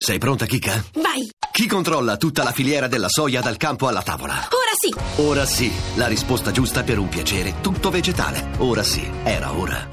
Sei pronta, Kika? Vai! Chi controlla tutta la filiera della soia dal campo alla tavola? Ora sì! Ora sì, la risposta giusta per un piacere tutto vegetale. Ora sì, era ora.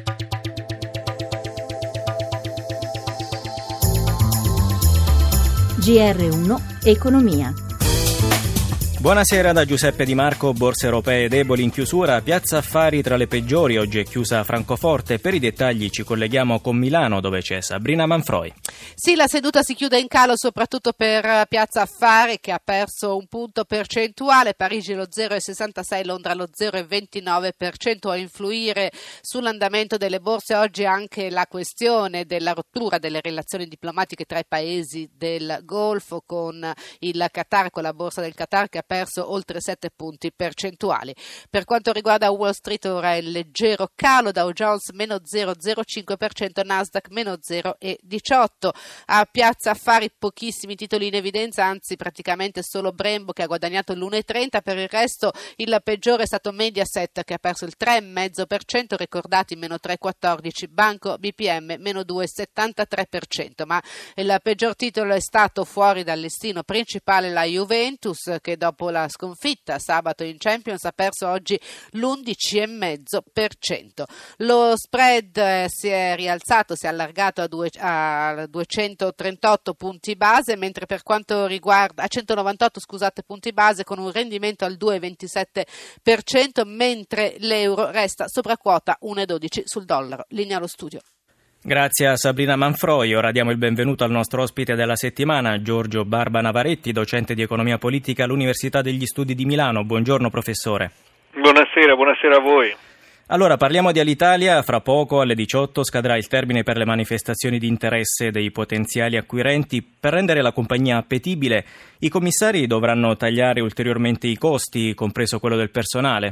GR1 Economia. Buonasera da Giuseppe Di Marco. Borse europee deboli in chiusura, Piazza Affari tra le peggiori, oggi è chiusa a Francoforte. Per i dettagli ci colleghiamo con Milano, dove c'è Sabrina Manfroi. Sì, la seduta si chiude in calo soprattutto per Piazza Affari, che ha perso un punto percentuale, Parigi lo 0,66, Londra lo 0,29%. A influire sull'andamento delle borse oggi anche la questione della rottura delle relazioni diplomatiche tra i paesi del Golfo, con il Qatar, con la borsa del Qatar che ha perso oltre 7 punti percentuali. Per quanto riguarda Wall Street ora è leggero calo, Dow Jones meno 0,05%, Nasdaq meno 0,18%. A Piazza Affari pochissimi titoli in evidenza, anzi praticamente solo Brembo che ha guadagnato l'1,30%, per il resto il peggiore è stato Mediaset che ha perso il 3,5%, Ricordati meno 3,14%, Banco BPM meno 2,73%, ma il peggior titolo è stato fuori dal listino principale la Juventus, che dopo la sconfitta sabato in Champions ha perso oggi l'11,5%. Lo spread si è rialzato, si è allargato a 238 punti base, mentre per quanto riguarda a 198 punti base, con un rendimento al 2,27%, mentre l'euro resta sopra quota 1,12 sul dollaro. Linea allo studio. Grazie a Sabrina Manfroi. Ora diamo il benvenuto al nostro ospite della settimana, Giorgio Barba Navaretti, docente di economia politica all'Università degli Studi di Milano. Buongiorno professore. Buonasera a voi. Allora, parliamo di Alitalia. Fra poco alle 18 scadrà il termine per le manifestazioni di interesse dei potenziali acquirenti. Per rendere la compagnia appetibile, i commissari dovranno tagliare ulteriormente i costi, compreso quello del personale.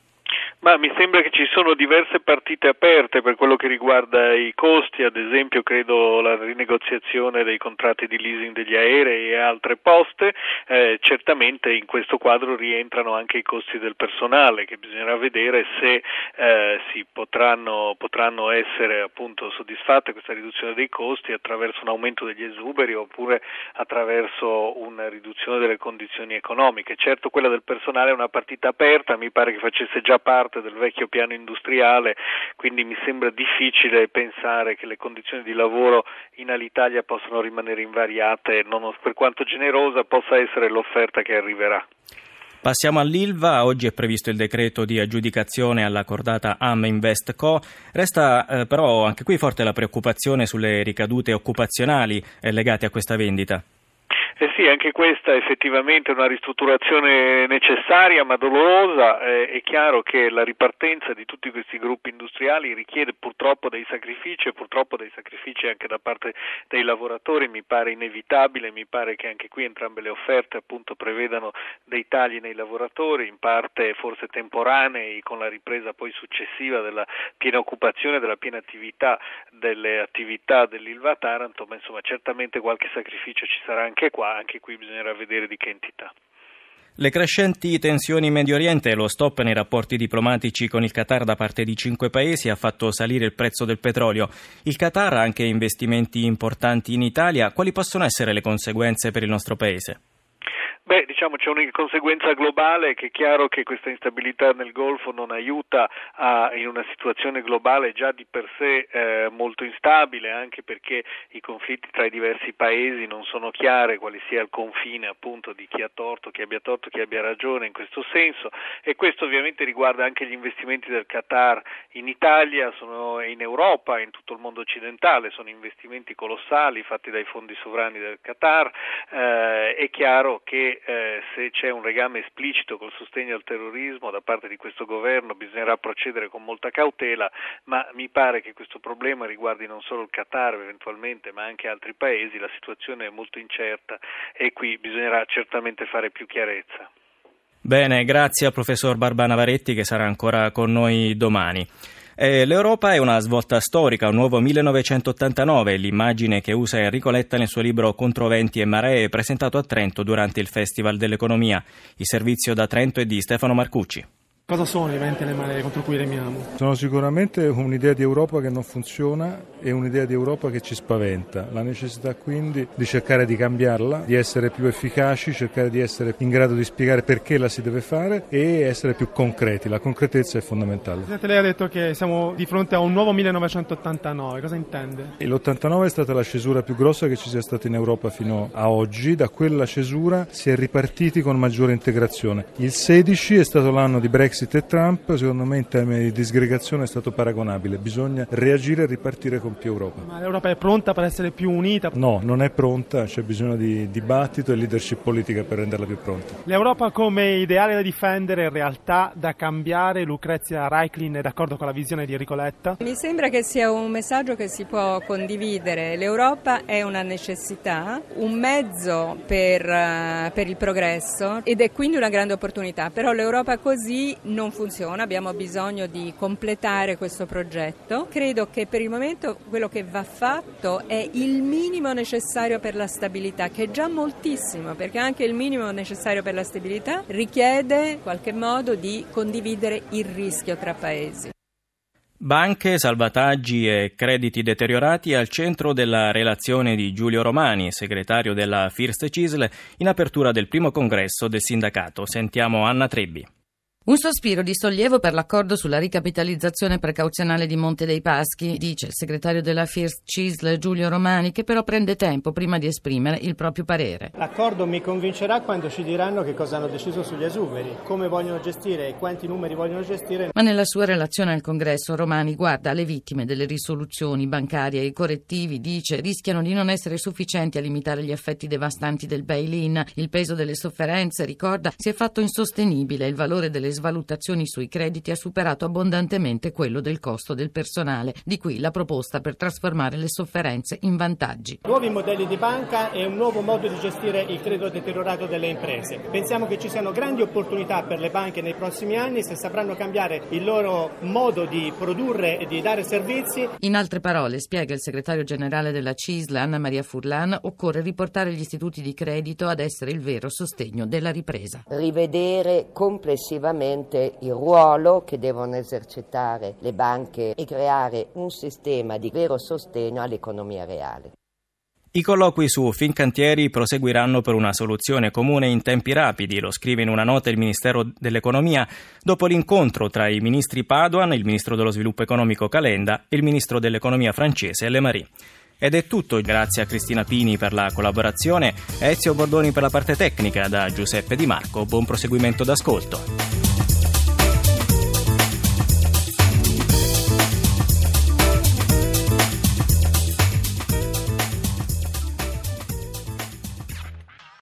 Ma mi sembra che ci sono diverse partite aperte per quello che riguarda i costi, ad esempio credo la rinegoziazione dei contratti di leasing degli aerei e altre poste. Certamente in questo quadro rientrano anche i costi del personale, che bisognerà vedere se si potranno essere appunto soddisfatte questa riduzione dei costi attraverso un aumento degli esuberi oppure attraverso una riduzione delle condizioni economiche. Certo, quella del personale è una partita aperta, mi pare che facesse già parte del vecchio piano industriale, quindi mi sembra difficile pensare che le condizioni di lavoro in Alitalia possano rimanere invariate, per quanto generosa possa essere l'offerta che arriverà. Passiamo all'Ilva. Oggi è previsto il decreto di aggiudicazione alla cordata AM Investco. Resta però anche qui forte la preoccupazione sulle ricadute occupazionali legate a questa vendita. Sì, anche questa effettivamente è una ristrutturazione necessaria ma dolorosa. È chiaro che la ripartenza di tutti questi gruppi industriali richiede purtroppo dei sacrifici anche da parte dei lavoratori, mi pare inevitabile, mi pare che anche qui entrambe le offerte appunto prevedano dei tagli nei lavoratori, in parte forse temporanei, con la ripresa poi successiva della piena occupazione, della piena attività delle attività dell'Ilva Taranto, ma insomma certamente qualche sacrificio ci sarà anche qua. Anche qui bisognerà vedere di che entità. Le crescenti tensioni in Medio Oriente e lo stop nei rapporti diplomatici con il Qatar da parte di 5 paesi ha fatto salire il prezzo del petrolio. Il Qatar ha anche investimenti importanti in Italia. Quali possono essere le conseguenze per il nostro paese? C'è una conseguenza globale, che è chiaro che questa instabilità nel Golfo non aiuta in una situazione globale già di per sé molto instabile, anche perché i conflitti tra i diversi paesi non sono chiare, quale sia il confine appunto di chi ha torto, chi abbia ragione in questo senso, e questo ovviamente riguarda anche gli investimenti del Qatar in Italia, in Europa, in tutto il mondo occidentale, sono investimenti colossali fatti dai fondi sovrani del Qatar. È chiaro che se c'è un legame esplicito col sostegno al terrorismo da parte di questo governo bisognerà procedere con molta cautela, ma mi pare che questo problema riguardi non solo il Qatar eventualmente ma anche altri paesi. La situazione è molto incerta e qui bisognerà certamente fare più chiarezza. Bene, grazie al professor Barba Navaretti che sarà ancora con noi domani. L'Europa è una svolta storica, un nuovo 1989, l'immagine che usa Enrico Letta nel suo libro Controventi e maree, presentato a Trento durante il Festival dell'Economia. Il servizio da Trento è di Stefano Marcucci. Cosa sono i venti e le maree contro cui remiamo? Sono sicuramente un'idea di Europa che non funziona e un'idea di Europa che ci spaventa. La necessità quindi di cercare di cambiarla, di essere più efficaci, cercare di essere in grado di spiegare perché la si deve fare e essere più concreti. La concretezza è fondamentale. Lei ha detto che siamo di fronte a un nuovo 1989, cosa intende? L'89 è stata la cesura più grossa che ci sia stata in Europa fino a oggi. Da quella cesura si è ripartiti con maggiore integrazione. Il 16 è stato l'anno di Brexit e Trump, secondo me in termini di disgregazione è stato paragonabile. Bisogna reagire e ripartire con più Europa. Ma l'Europa è pronta per essere più unita? No, non è pronta, c'è bisogno di dibattito e leadership politica per renderla più pronta. L'Europa come ideale da difendere, in realtà da cambiare. Lucrezia Reiklin è d'accordo con la visione di Enrico Letta? Mi sembra che sia un messaggio che si può condividere. L'Europa è una necessità, un mezzo per il progresso ed è quindi una grande opportunità, però l'Europa così non funziona, abbiamo bisogno di completare questo progetto. Credo che per il momento quello che va fatto è il minimo necessario per la stabilità, che è già moltissimo, perché anche il minimo necessario per la stabilità richiede in qualche modo di condividere il rischio tra paesi. Banche, salvataggi e crediti deteriorati al centro della relazione di Giulio Romani, segretario della First CISL, in apertura del primo congresso del sindacato. Sentiamo Anna Trebbi. Un sospiro di sollievo per l'accordo sulla ricapitalizzazione precauzionale di Monte dei Paschi, dice il segretario della First CISL Giulio Romani, che però prende tempo prima di esprimere il proprio parere. L'accordo mi convincerà quando ci diranno che cosa hanno deciso sugli esuberi, come vogliono gestire e quanti numeri vogliono gestire. Ma nella sua relazione al congresso Romani guarda alle vittime delle risoluzioni bancarie e i correttivi, dice, rischiano di non essere sufficienti a limitare gli effetti devastanti del bail-in. Il peso delle sofferenze, ricorda, si è fatto insostenibile, il valore delle svalutazioni sui crediti ha superato abbondantemente quello del costo del personale, di qui la proposta per trasformare le sofferenze in vantaggi. Nuovi modelli di banca e un nuovo modo di gestire il credito deteriorato delle imprese. Pensiamo che ci siano grandi opportunità per le banche nei prossimi anni se sapranno cambiare il loro modo di produrre e di dare servizi. In altre parole, spiega il segretario generale della CISL Anna Maria Furlan, occorre riportare gli istituti di credito ad essere il vero sostegno della ripresa. Rivedere complessivamente il ruolo che devono esercitare le banche e creare un sistema di vero sostegno all'economia reale. I colloqui su Fincantieri proseguiranno per una soluzione comune in tempi rapidi, lo scrive in una nota il Ministero dell'Economia, dopo l'incontro tra i ministri Padoan, il ministro dello sviluppo economico Calenda e il ministro dell'economia francese Le Maire. Ed è tutto, grazie a Cristina Pini per la collaborazione e Ezio Bordoni per la parte tecnica. Da Giuseppe Di Marco, buon proseguimento d'ascolto.